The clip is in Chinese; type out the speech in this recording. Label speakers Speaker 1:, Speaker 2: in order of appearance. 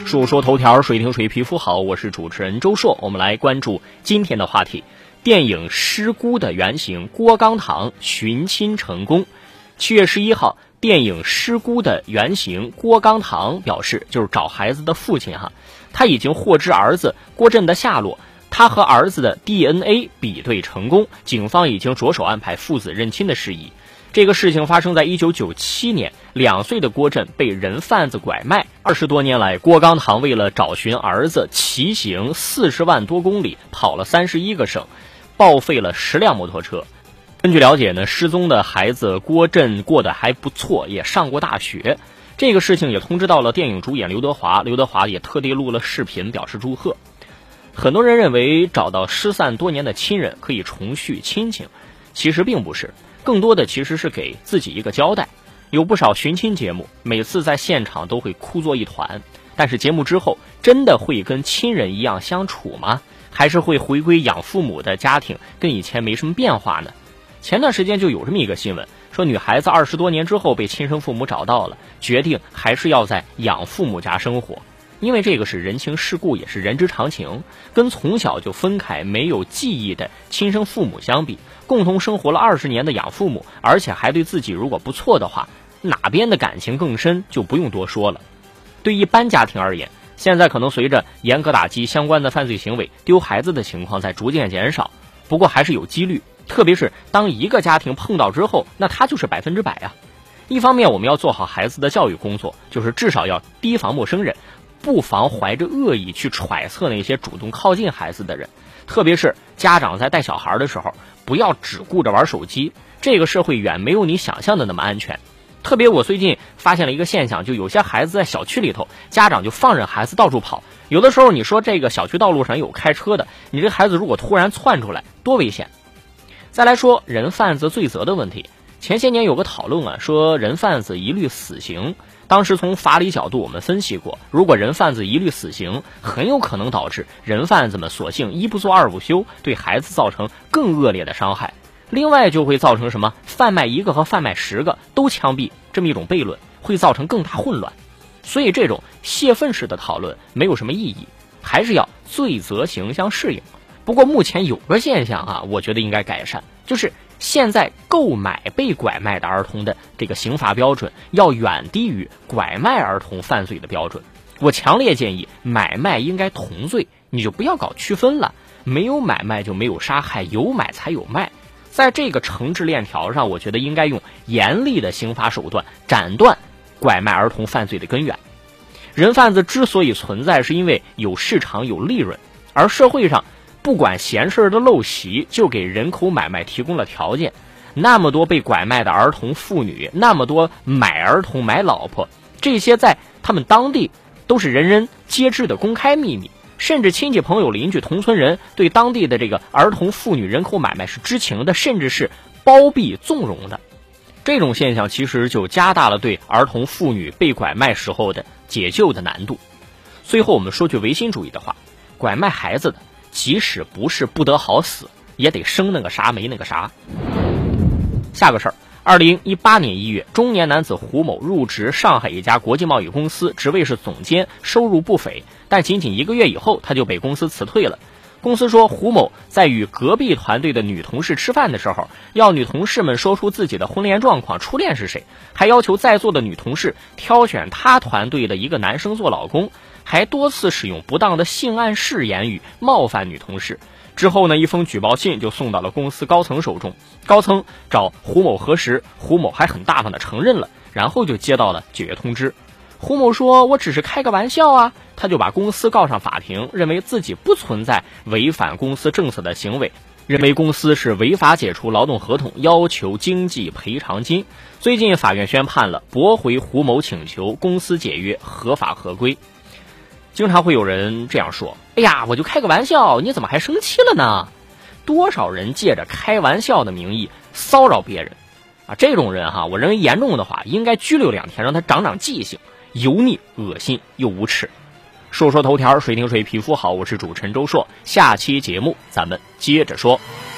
Speaker 1: 说说头条，水听水皮肤好，我是主持人周硕。我们来关注今天的话题，电影《失孤》的原型郭刚堂寻亲成功。7月11号，电影《失孤》的原型郭刚堂表示，就是找孩子的父亲他已经获知儿子郭震的下落，他和儿子的 DNA 比对成功，警方已经着手安排父子认亲的事宜。这个事情发生在1997年，2岁的郭震被人贩子拐卖。20多年来，郭刚堂为了找寻儿子，骑行40万多公里，跑了31个省，报废了10辆摩托车。根据了解呢，失踪的孩子郭震过得还不错，也上过大学。这个事情也通知到了电影主演刘德华，刘德华也特地录了视频表示祝贺。很多人认为找到失散多年的亲人可以重续亲情，其实并不是，更多的其实是给自己一个交代。有不少寻亲节目，每次在现场都会哭作一团，但是节目之后真的会跟亲人一样相处吗？还是会回归养父母的家庭，跟以前没什么变化呢？前段时间就有这么一个新闻，说女孩子20多年之后被亲生父母找到了，决定还是要在养父母家生活。因为这个是人情世故，也是人之常情，跟从小就分开没有记忆的亲生父母相比，共同生活了20年的养父母，而且还对自己如果不错的话，哪边的感情更深就不用多说了。对一般家庭而言，现在可能随着严格打击相关的犯罪行为，丢孩子的情况在逐渐减少，不过还是有几率，特别是当一个家庭碰到之后，那它就是100%啊。一方面我们要做好孩子的教育工作，就是至少要提防陌生人，不妨怀着恶意去揣测那些主动靠近孩子的人。特别是家长在带小孩的时候，不要只顾着玩手机，这个社会远没有你想象的那么安全。特别我最近发现了一个现象，就有些孩子在小区里头，家长就放任孩子到处跑，有的时候你说这个小区道路上有开车的，你这孩子如果突然窜出来，多危险。再来说人贩子罪责的问题，前些年有个讨论说人贩子一律死刑。当时从法理角度我们分析过，如果人贩子一律死刑，很有可能导致人贩子们索性一不做二不休，对孩子造成更恶劣的伤害。另外就会造成什么贩卖1个和贩卖10个都枪毙这么一种悖论，会造成更大混乱。所以这种泄愤式的讨论没有什么意义，还是要罪责刑相适应。不过目前有个现象我觉得应该改善，就是现在购买被拐卖的儿童的这个刑罚标准要远低于拐卖儿童犯罪的标准。我强烈建议买卖应该同罪，你就不要搞区分了，没有买卖就没有杀害，有买才有卖。在这个惩治链条上，我觉得应该用严厉的刑罚手段斩断拐卖儿童犯罪的根源。人贩子之所以存在，是因为有市场有利润，而社会上不管闲事的陋习就给人口买卖提供了条件。那么多被拐卖的儿童妇女，那么多买儿童买老婆，这些在他们当地都是人人皆知的公开秘密，甚至亲戚朋友邻居同村人对当地的这个儿童妇女人口买卖是知情的，甚至是包庇纵容的。这种现象其实就加大了对儿童妇女被拐卖时候的解救的难度。最后我们说句唯心主义的话，拐卖孩子的即使不是不得好死，也得生那个啥没那个啥。下个事儿，2018年1月，中年男子胡某入职上海一家国际贸易公司，职位是总监，收入不菲，但仅仅1个月以后他就被公司辞退了。公司说，胡某在与隔壁团队的女同事吃饭的时候，要女同事们说出自己的婚恋状况，初恋是谁，还要求在座的女同事挑选他团队的一个男生做老公，还多次使用不当的性暗示言语冒犯女同事。之后呢，一封举报信就送到了公司高层手中，高层找胡某核实，胡某还很大方的承认了，然后就接到了解约通知。胡某说，我只是开个玩笑啊，他就把公司告上法庭，认为自己不存在违反公司政策的行为，认为公司是违法解除劳动合同，要求经济赔偿金。最近法院宣判了，驳回胡某请求，公司解约合法合规。经常会有人这样说，哎呀，我就开个玩笑，你怎么还生气了呢？多少人借着开玩笑的名义骚扰别人这种人我认为严重的话应该拘留2天，让他长长记性，油腻恶心又无耻。说说头条，水听水皮肤好，我是主持人周硕，下期节目咱们接着说。